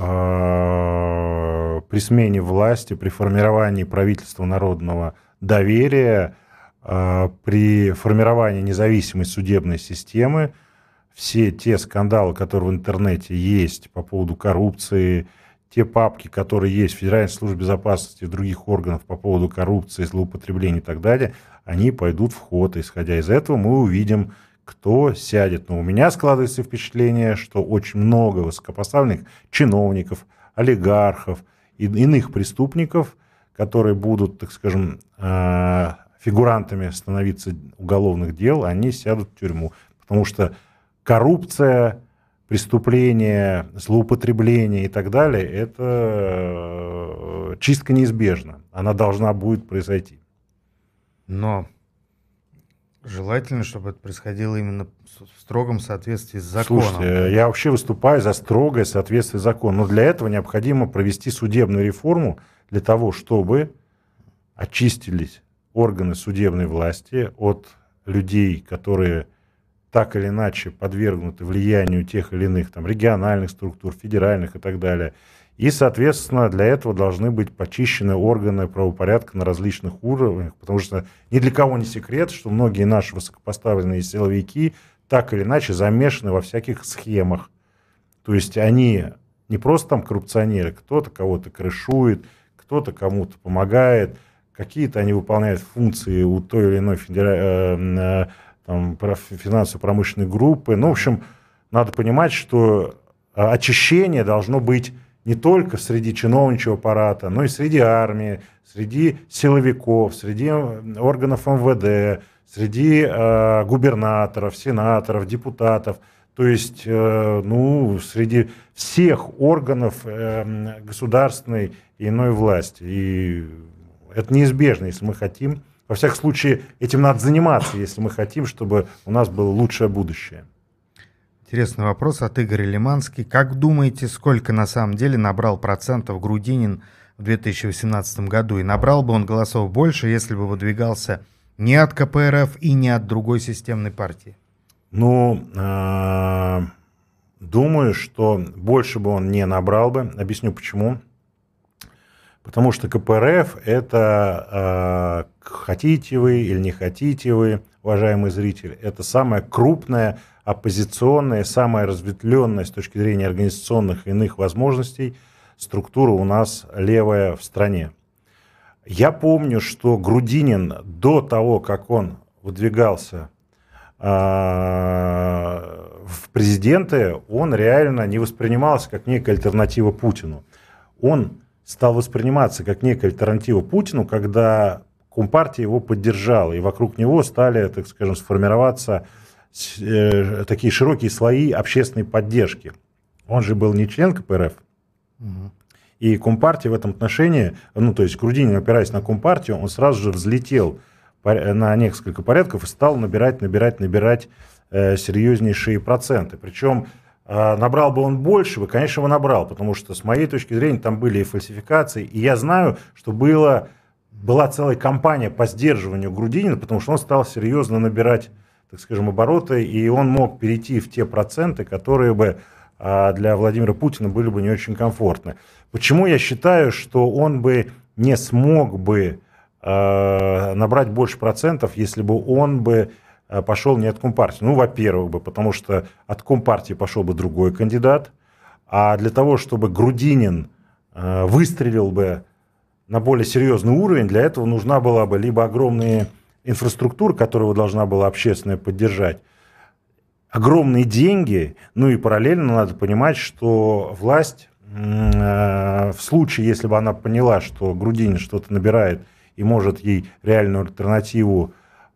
[SPEAKER 2] э, при смене власти, при формировании правительства народного доверия, э, при формировании независимой судебной системы, все те скандалы, которые в интернете есть по поводу коррупции, те папки, которые есть в Федеральной службе безопасности и в других органах по поводу коррупции, злоупотребления и так далее, они пойдут в ход. Исходя из этого мы увидим, кто сядет. Но у меня складывается впечатление, что очень много высокопоставленных чиновников, олигархов и иных преступников, которые будут, так скажем, фигурантами становиться уголовных дел, они сядут в тюрьму. Потому что коррупция, преступления, злоупотребление и так далее, это чистка неизбежна. Она должна будет произойти.
[SPEAKER 1] Но желательно, чтобы это происходило именно в строгом соответствии с законом.
[SPEAKER 2] Слушайте, я вообще выступаю за строгое соответствие с законом. Но для этого необходимо провести судебную реформу для того, чтобы очистились органы судебной власти от людей, которые так или иначе подвергнуты влиянию тех или иных там, региональных структур, федеральных и так далее. И, соответственно, для этого должны быть почищены органы правопорядка на различных уровнях, потому что ни для кого не секрет, что многие наши высокопоставленные силовики так или иначе замешаны во всяких схемах. То есть они не просто там коррупционеры, кто-то кого-то крышует, кто-то кому-то помогает, какие-то они выполняют функции у той или иной федера... там, финансово-промышленной группы. Ну, в общем, надо понимать, что очищение должно быть не только среди чиновничьего аппарата, но и среди армии, среди силовиков, среди органов эм вэ дэ, среди э, губернаторов, сенаторов, депутатов. То есть, э, ну, среди всех органов э, государственной и иной власти. И это неизбежно, если мы хотим. Во всяком случае, этим надо заниматься, если мы хотим, чтобы у нас было лучшее будущее.
[SPEAKER 1] Интересный вопрос от Игоря Лиманский. Как думаете, сколько на самом деле набрал процентов Грудинин в две тысячи восемнадцатом году? И набрал бы он голосов больше, если бы выдвигался не от ка пэ эр эф и не от другой системной партии?
[SPEAKER 2] Ну, э, думаю, что больше бы он не набрал бы. Объясню почему. Потому что ка пэ эр эф – это, э, хотите вы или не хотите вы, уважаемый зритель, это самая крупная оппозиционная, самая разветвленная с точки зрения организационных и иных возможностей структура у нас левая в стране. Я помню, что Грудинин до того, как он выдвигался э, в президенты, он реально не воспринимался как некая альтернатива Путину. Он стал восприниматься как некая альтернатива Путину, когда Компартия его поддержала, и вокруг него стали, так скажем, сформироваться э, такие широкие слои общественной поддержки. Он же был не член ка пэ эр эф, угу. И Компартия в этом отношении, ну то есть Грудинин, опираясь на Компартию, он сразу же взлетел на несколько порядков и стал набирать, набирать, набирать э, серьезнейшие проценты. Причем э, набрал бы он больше, бы, конечно, его набрал, потому что с моей точки зрения там были и фальсификации, и я знаю, что было, была целая кампания по сдерживанию Грудинина, потому что он стал серьезно набирать, так скажем, обороты, и он мог перейти в те проценты, которые бы э, для Владимира Путина были бы не очень комфортны. Почему я считаю, что он бы не смог бы набрать больше процентов, если бы он бы пошел не от Компартии? Ну, во-первых, бы, потому что от Компартии пошел бы другой кандидат, а для того, чтобы Грудинин выстрелил бы на более серьезный уровень, для этого нужна была бы либо огромная инфраструктура, которую должна была общественная поддержать, огромные деньги, ну и параллельно надо понимать, что власть в случае, если бы она поняла, что Грудинин что-то набирает и может ей реальную альтернативу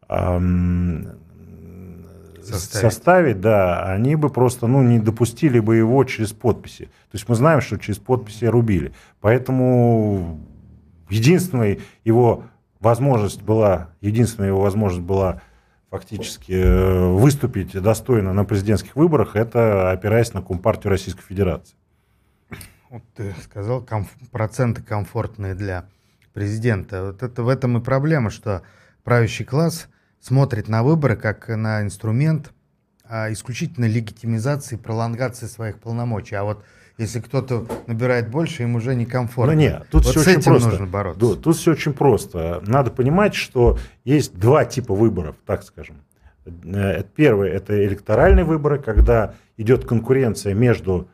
[SPEAKER 2] эм, составить. составить, да, они бы просто ну, не допустили бы его через подписи. То есть мы знаем, что через подписи рубили. Поэтому единственная его возможность была, единственная его возможность была фактически выступить достойно на президентских выборах, это опираясь на Компартию Российской Федерации.
[SPEAKER 1] Вот ты сказал, комф- проценты комфортные для президента. Вот это в этом и проблема, что правящий класс смотрит на выборы как на инструмент а, исключительно легитимизации, пролонгации своих полномочий. А вот если кто-то набирает больше, им уже некомфортно.
[SPEAKER 2] Ну нет, тут
[SPEAKER 1] вот
[SPEAKER 2] все
[SPEAKER 1] с
[SPEAKER 2] очень
[SPEAKER 1] этим
[SPEAKER 2] просто.
[SPEAKER 1] нужно бороться.
[SPEAKER 2] Тут, тут все очень просто. Надо понимать, что есть два типа выборов, так скажем. Первый – это электоральные выборы, когда идет конкуренция между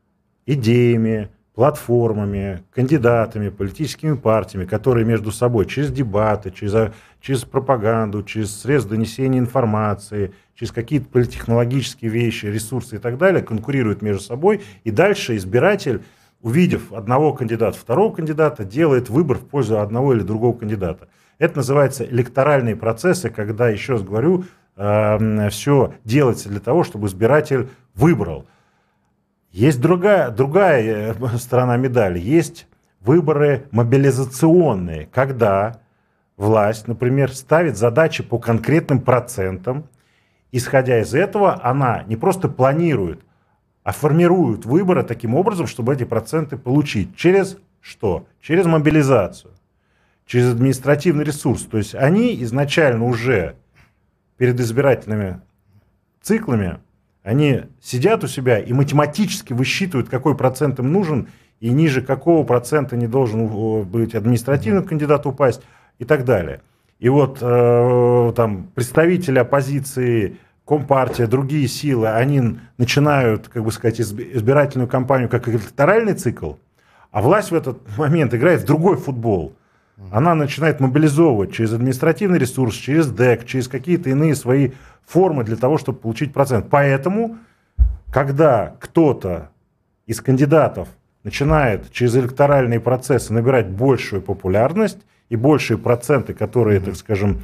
[SPEAKER 2] идеями, платформами, кандидатами, политическими партиями, которые между собой через дебаты, через, через пропаганду, через средства донесения информации, через какие-то политтехнологические вещи, ресурсы и так далее, конкурируют между собой. И дальше избиратель, увидев одного кандидата, второго кандидата, делает выбор в пользу одного или другого кандидата. Это называется электоральные процессы, когда, еще раз говорю, э, все делается для того, чтобы избиратель выбрал. Есть другая, другая сторона медали. Есть выборы мобилизационные, когда власть, например, ставит задачи по конкретным процентам. Исходя из этого, она не просто планирует, а формирует выборы таким образом, чтобы эти проценты получить. Через что? Через мобилизацию, через административный ресурс. То есть они изначально уже перед избирательными циклами они сидят у себя и математически высчитывают, какой процент им нужен, и ниже какого процента не должен быть административный кандидат упасть, и так далее. И вот э, там представители оппозиции, Компартия, другие силы, они начинают, как бы сказать, избирательную кампанию как электоральный цикл, а власть в этот момент играет в другой футбол. Она начинает мобилизовывать через административный ресурс, через ДЭК, через какие-то иные свои формы для того, чтобы получить процент. Поэтому, когда кто-то из кандидатов начинает через электоральные процессы набирать большую популярность и большие проценты, которые, так скажем,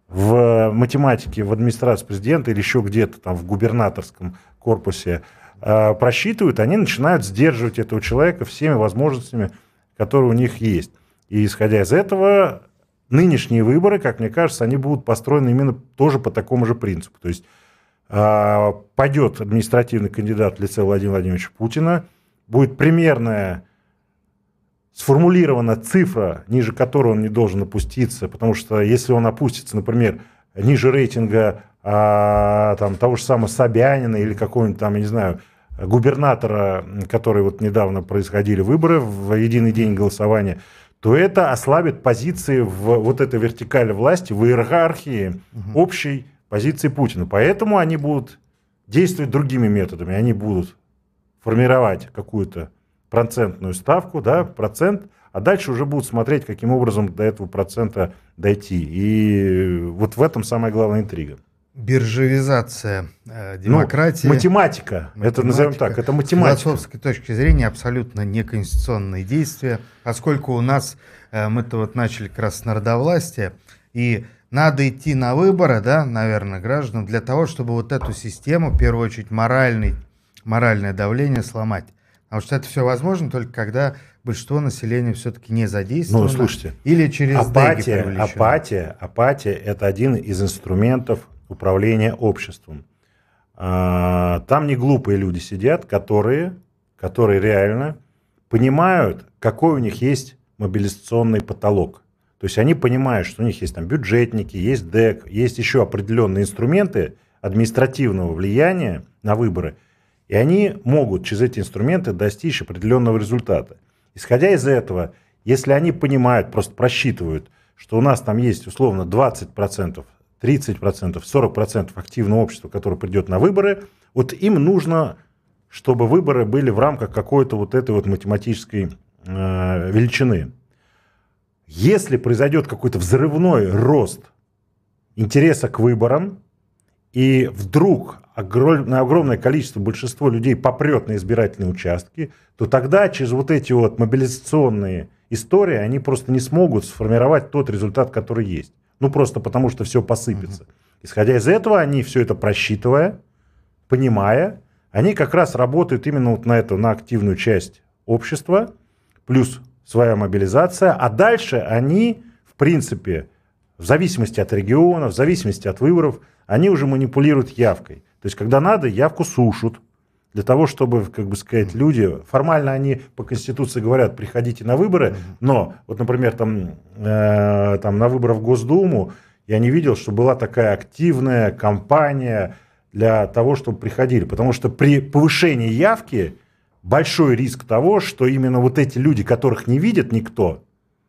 [SPEAKER 2] в математике, в администрации президента или еще где-то там в губернаторском корпусе э, просчитывают, они начинают сдерживать этого человека всеми возможностями, которые у них есть. И исходя из этого, нынешние выборы, как мне кажется, они будут построены именно тоже по такому же принципу. То есть э, пойдет административный кандидат в лице Владимира Владимировича Путина, будет примерная сформулирована цифра, ниже которой он не должен опуститься, потому что если он опустится, например, ниже рейтинга а, там, того же самого Собянина или какого-нибудь там, я не знаю, губернатора, который вот недавно происходили выборы в единый день голосования, то это ослабит позиции в вот этой вертикали власти, в иерархии угу. общей позиции Путина. Поэтому они будут действовать другими методами. Они будут формировать какую-то процентную ставку, да, процент, а дальше уже будут смотреть, каким образом до этого процента дойти. И вот в этом самая главная интрига.
[SPEAKER 1] Биржевизация э, демократии.
[SPEAKER 2] Ну, математика, математика, это назовем так, это математика.
[SPEAKER 1] С философской точки зрения абсолютно неконституционные действия, поскольку у нас, э, мы-то вот начали как раз с народовластия, и надо идти на выборы, да, наверное, гражданам, для того, чтобы вот эту систему, в первую очередь, моральный, моральное давление сломать. Потому что это все возможно только когда большинство населения все-таки не задействовано.
[SPEAKER 2] Ну, слушайте,
[SPEAKER 1] или через
[SPEAKER 2] апатия, апатия, апатия – это один из инструментов управления обществом. Там не глупые люди сидят, которые, которые реально понимают, какой у них есть мобилизационный потолок. То есть они понимают, что у них есть там бюджетники, есть ДЭК, есть еще определенные инструменты административного влияния на выборы, и они могут через эти инструменты достичь определенного результата. Исходя из этого, если они понимают, просто просчитывают, что у нас там есть условно двадцать процентов, тридцать процентов, сорок процентов активного общества, которое придет на выборы, вот им нужно, чтобы выборы были в рамках какой-то вот этой вот математической э, величины. Если произойдет какой-то взрывной рост интереса к выборам, и вдруг огромное, огромное количество, большинство людей попрет на избирательные участки, то тогда через вот эти вот мобилизационные истории они просто не смогут сформировать тот результат, который есть. Ну, просто потому, что все посыпется. Mm-hmm. Исходя из этого, они все это просчитывая, понимая, они как раз работают именно вот на эту, на активную часть общества, плюс своя мобилизация, а дальше они, в принципе, в зависимости от региона, в зависимости от выборов, они уже манипулируют явкой. То есть, когда надо, явку сушат, для того, чтобы, как бы сказать, люди, формально они по Конституции говорят, приходите на выборы, но, вот, например, там, э, там на выборы в Госдуму я не видел, что была такая активная кампания для того, чтобы приходили. Потому что при повышении явки большой риск того, что именно вот эти люди, которых не видит никто,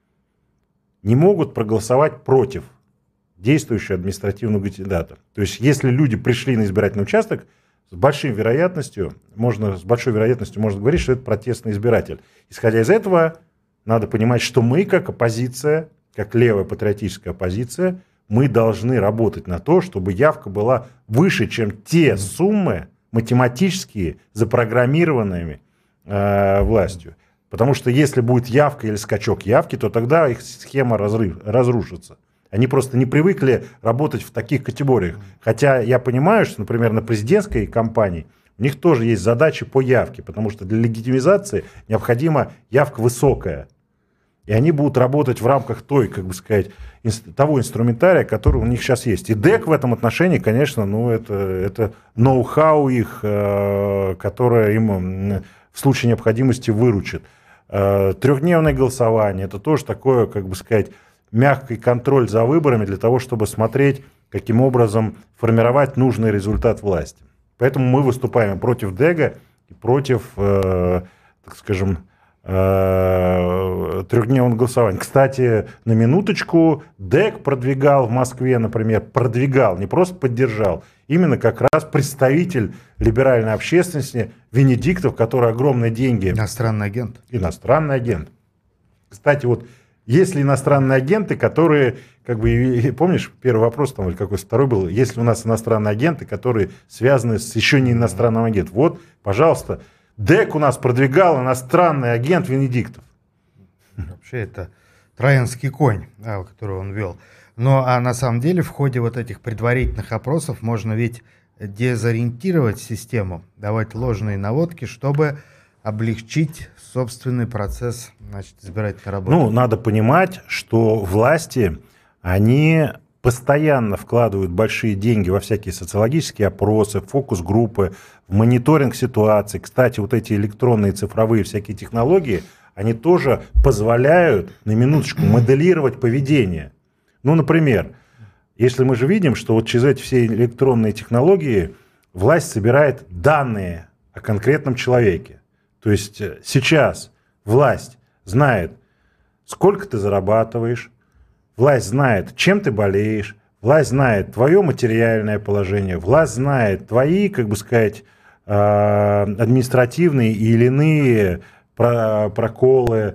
[SPEAKER 2] не могут проголосовать против действующего административного кандидата. То есть, если люди пришли на избирательный участок, с большой вероятностью, можно, с большой вероятностью можно говорить, что это протестный избиратель. Исходя из этого, надо понимать, что мы, как оппозиция, как левая патриотическая оппозиция, мы должны работать на то, чтобы явка была выше, чем те суммы математические, запрограммированными э, властью. Потому что если будет явка или скачок явки, то тогда их схема разрыв, разрушится. Они просто не привыкли работать в таких категориях. Хотя я понимаю, что, например, на президентской кампании у них тоже есть задачи по явке, потому что для легитимизации необходима явка высокая. И они будут работать в рамках той, как бы сказать, того инструментария, который у них сейчас есть. И ДЭК в этом отношении, конечно, ну, это, это ноу-хау их, которое им в случае необходимости выручит. Трехдневное голосование, это тоже такое, как бы сказать, мягкий контроль за выборами для того, чтобы смотреть, каким образом формировать нужный результат власти. Поэтому мы выступаем против ДЭГа и против, э, так скажем, э, трехдневного голосования. Кстати, на минуточку, ДЭГ продвигал в Москве, например, продвигал, не просто поддержал, именно как раз представитель либеральной общественности Венедиктов, который огромные деньги...
[SPEAKER 1] Иностранный агент.
[SPEAKER 2] Иностранный агент. Кстати, вот есть ли иностранные агенты, которые, как бы, помнишь, первый вопрос там, или какой второй был, есть ли у нас иностранные агенты, которые связаны с еще не иностранным агентом? Вот, пожалуйста, ДЭК у нас продвигал иностранный агент Венедиктов.
[SPEAKER 1] Вообще это троянский конь, который он вел. Но а на самом деле в ходе вот этих предварительных опросов можно ведь дезориентировать систему, давать ложные наводки, чтобы облегчить собственный процесс, значит, избирательной работы.
[SPEAKER 2] Ну, надо понимать, что власти, они постоянно вкладывают большие деньги во всякие социологические опросы, фокус-группы, в мониторинг ситуации. Кстати, вот эти электронные цифровые всякие технологии, они тоже позволяют, на минуточку, моделировать поведение. Ну, например, если мы же видим, что вот через эти все электронные технологии власть собирает данные о конкретном человеке. То есть сейчас власть знает, сколько ты зарабатываешь, власть знает, чем ты болеешь, власть знает твое материальное положение, власть знает твои, как бы сказать, административные или иные проколы,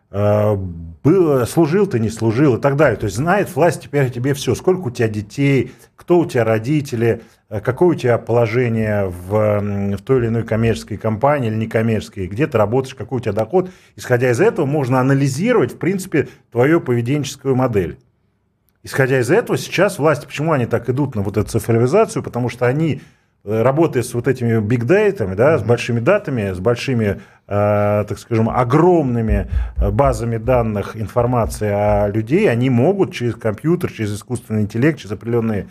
[SPEAKER 2] было, служил ты, не служил и так далее. То есть знает власть теперь о тебе все. Сколько у тебя детей, кто у тебя родители, какое у тебя положение в, в той или иной коммерческой компании или некоммерческой, где ты работаешь, какой у тебя доход. Исходя из этого можно анализировать, в принципе, твою поведенческую модель. Исходя из этого, сейчас власти, почему они так идут на вот эту цифровизацию? Потому что они, работая с вот этими бигдейтами, да, с большими датами, с большими, э, так скажем, огромными базами данных, информации о людей, они могут через компьютер, через искусственный интеллект, через определенные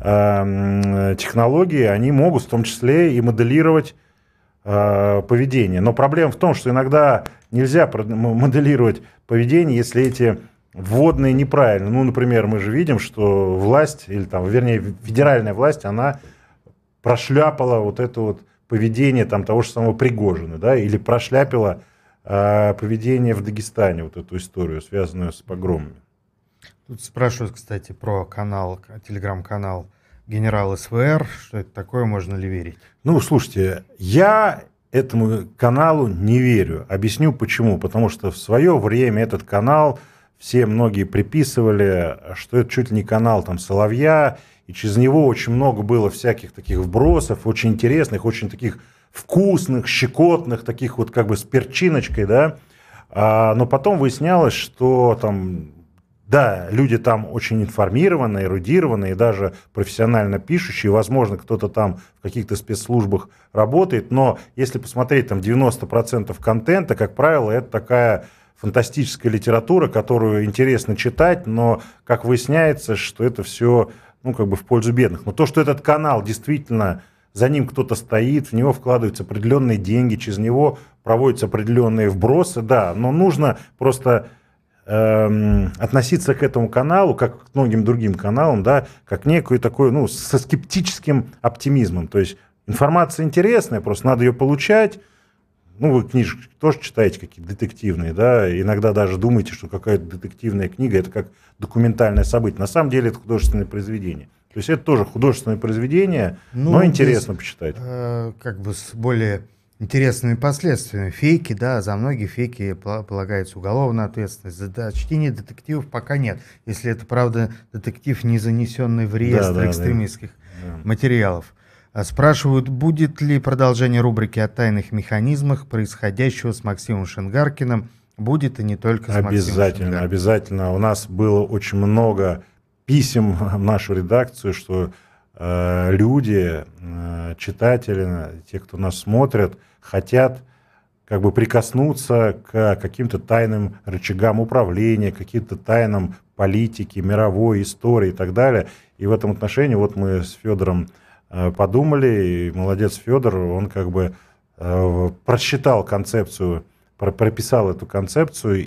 [SPEAKER 2] э, технологии, они могут в том числе и моделировать э, поведение. Но проблема в том, что иногда нельзя моделировать поведение, если эти вводные неправильно. Ну, например, мы же видим, что власть, или там, вернее, федеральная власть, она прошляпала вот это вот поведение там, того же самого Пригожина, да, или прошляпила э, поведение в Дагестане, вот эту историю, связанную с погромами.
[SPEAKER 1] Тут спрашивают, кстати, про канал, телеграм-канал «Генерал СВР». Что это такое, можно ли верить?
[SPEAKER 2] Ну, слушайте, я этому каналу не верю. Объясню почему. Потому что в свое время этот канал все многие приписывали, что это чуть ли не канал там Соловья, и через него очень много было всяких таких вбросов, очень интересных, очень таких вкусных, щекотных, таких вот как бы с перчиночкой, да. А, но потом выяснялось, что там, да, люди там очень информированные, эрудированные, даже профессионально пишущие, возможно, кто-то там в каких-то спецслужбах работает, но если посмотреть там девяносто процентов контента, как правило, это такая фантастическая литература, которую интересно читать, но, как выясняется, что это все, ну, как бы в пользу бедных. Но то, что этот канал действительно, за ним кто-то стоит, в него вкладываются определенные деньги, через него проводятся определенные вбросы, да, но нужно просто эм, относиться к этому каналу, как к многим другим каналам, да, как некую такую, ну, со скептическим оптимизмом. То есть информация интересная, просто надо ее получать. Ну, вы книжки тоже читаете какие-то детективные, да, иногда даже думаете, что какая-то детективная книга – это как документальное событие. На самом деле это художественное произведение. То есть это тоже художественное произведение, ну, но интересно здесь, почитать.
[SPEAKER 1] Э, как бы с более интересными последствиями. Фейки, да, за многие фейки полагается уголовная ответственность. За чтение детективов пока нет, если это, правда, детектив, не занесенный в реестр да, да, экстремистских да. материалов. Спрашивают, будет ли продолжение рубрики о тайных механизмах происходящего с Максимом Шингаркиным. Будет и не только с
[SPEAKER 2] Максимом Обязательно, обязательно. У нас было очень много писем в нашу редакцию, что э, люди, э, читатели, те, кто нас смотрят, хотят как бы прикоснуться к каким-то тайным рычагам управления, каким-то тайнам политики, мировой истории и так далее. И в этом отношении вот мы с Федором подумали, и молодец Федор, он как бы э, просчитал концепцию, про, прописал эту концепцию,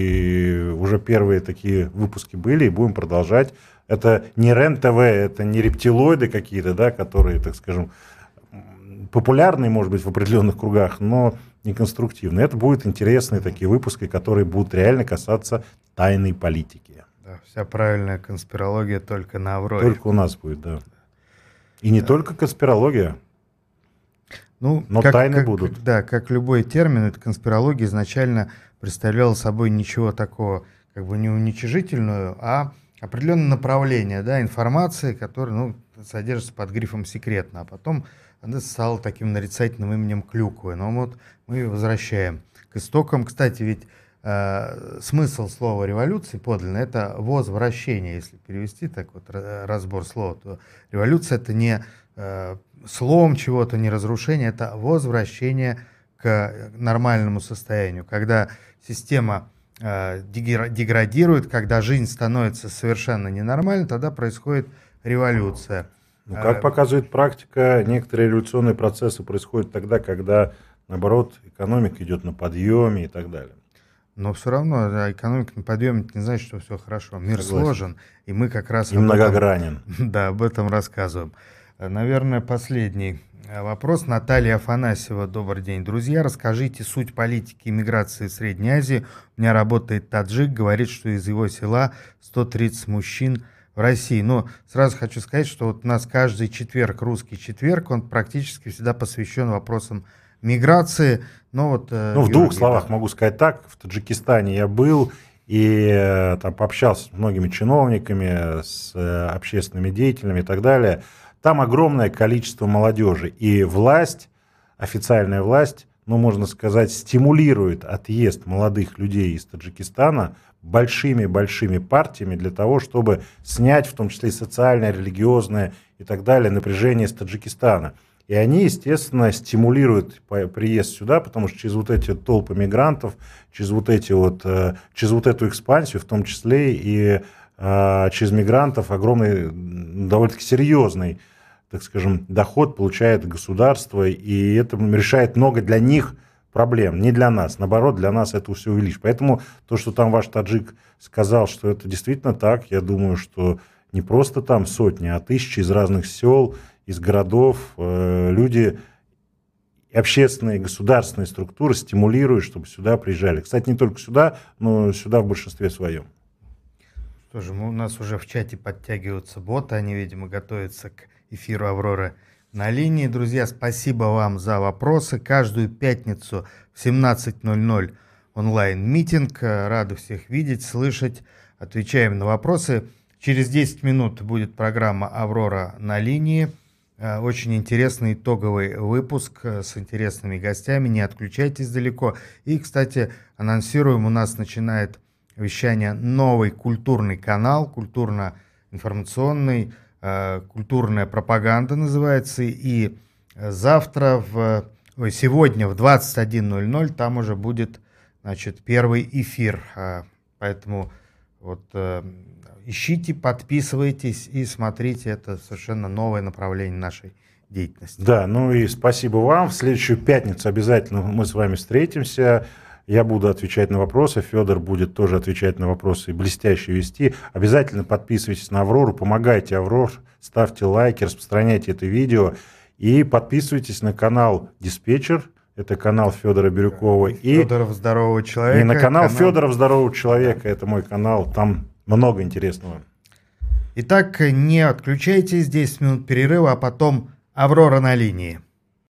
[SPEAKER 2] и уже первые такие выпуски были, и будем продолжать. Это не РЕН-ТВ, это не рептилоиды какие-то, да, которые, так скажем, популярные, может быть, в определенных кругах, но не конструктивные. Это будут интересные такие выпуски, которые будут реально касаться тайной политики.
[SPEAKER 1] Да, вся правильная конспирология только на Авроре.
[SPEAKER 2] Только у нас будет, да. И не да. только конспирология,
[SPEAKER 1] ну,
[SPEAKER 2] но
[SPEAKER 1] как,
[SPEAKER 2] тайны
[SPEAKER 1] как,
[SPEAKER 2] будут.
[SPEAKER 1] Да, как любой термин, эта конспирология изначально представляла собой ничего такого, как бы не уничижительную, а определенное направление, да, информации, которая, ну, содержится под грифом «секретно», а потом она стала таким нарицательным именем Клюквы. Но вот мы ее возвращаем к истокам. Кстати, ведь э, смысл слова «революции» подлинно — это возвращение. Если перевести так вот разбор слова, то революция — это не э, слом чего-то, не разрушение, это возвращение к нормальному состоянию. Когда система э, деградирует, когда жизнь становится совершенно ненормальной, тогда происходит революция.
[SPEAKER 2] Ну, как показывает практика, некоторые революционные процессы происходят тогда, когда, наоборот, экономика идет на подъеме и так далее.
[SPEAKER 1] Но все равно да, экономика на подъеме, это не значит, что все хорошо. Мир Согласен. Сложен, и мы как раз...
[SPEAKER 2] И многогранен.
[SPEAKER 1] Этом, да, об этом рассказываем. Наверное, последний вопрос. Наталья Афанасьева. Добрый день, друзья. Расскажите суть политики иммиграции в Средней Азии. У меня работает таджик, говорит, что из его села сто тридцать мужчин в России. Но сразу хочу сказать, что вот у нас каждый четверг, русский четверг, он практически всегда посвящен вопросам миграции. Но вот,
[SPEAKER 2] ну, в
[SPEAKER 1] Георгий,
[SPEAKER 2] двух словах
[SPEAKER 1] да.
[SPEAKER 2] могу сказать так. В Таджикистане я был и там пообщался с многими чиновниками, с общественными деятелями и так далее. Там огромное количество молодежи. И власть, официальная власть, ну, можно сказать, стимулирует отъезд молодых людей из Таджикистана большими-большими партиями для того, чтобы снять, в том числе и социальное, религиозное и так далее, напряжение с Таджикистана. И они, естественно, стимулируют приезд сюда, потому что через вот эти толпы мигрантов, через вот, эти вот, через вот эту экспансию, в том числе и через мигрантов, огромный, довольно-таки серьезный, так скажем, доход получает государство, и это решает много для них проблем, не для нас. Наоборот, для нас это все увеличит. Поэтому то, что там ваш таджик сказал, что это действительно так, я думаю, что не просто там сотни, а тысячи из разных сел, из городов, э, люди, общественные, государственные структуры стимулируют, чтобы сюда приезжали. Кстати, не только сюда, но сюда в большинстве своем.
[SPEAKER 1] Что же, мы, у нас уже в чате подтягиваются боты, они, видимо, готовятся к эфиру «Аврора на линии». Друзья, спасибо вам за вопросы. Каждую пятницу в семнадцать ноль ноль онлайн-митинг. Рады всех видеть, слышать. Отвечаем на вопросы. Через десять минут будет программа «Аврора на линии». Очень интересный итоговый выпуск с интересными гостями. Не отключайтесь далеко. И, кстати, анонсируем, у нас начинает вещание новый культурный канал, культурно-информационный, культурная пропаганда называется, и завтра, в, ой, сегодня в двадцать один ноль ноль там уже будет, значит, первый эфир, поэтому вот ищите, подписывайтесь и смотрите, это совершенно новое направление нашей деятельности.
[SPEAKER 2] Да, ну и спасибо вам, в следующую пятницу обязательно мы с вами встретимся. Я буду отвечать на вопросы, Федор будет тоже отвечать на вопросы и блестяще вести. Обязательно подписывайтесь на Аврору, помогайте Аврор, ставьте лайки, распространяйте это видео и подписывайтесь на канал «Диспетчер». Это канал Федора Бирюкова. И
[SPEAKER 1] Федоров здорового человека.
[SPEAKER 2] И на канал, канал... Федоров здорового человека. Это мой канал. Там много интересного.
[SPEAKER 1] Итак, не отключайтесь. десять минут перерыва, а потом «Аврора на линии».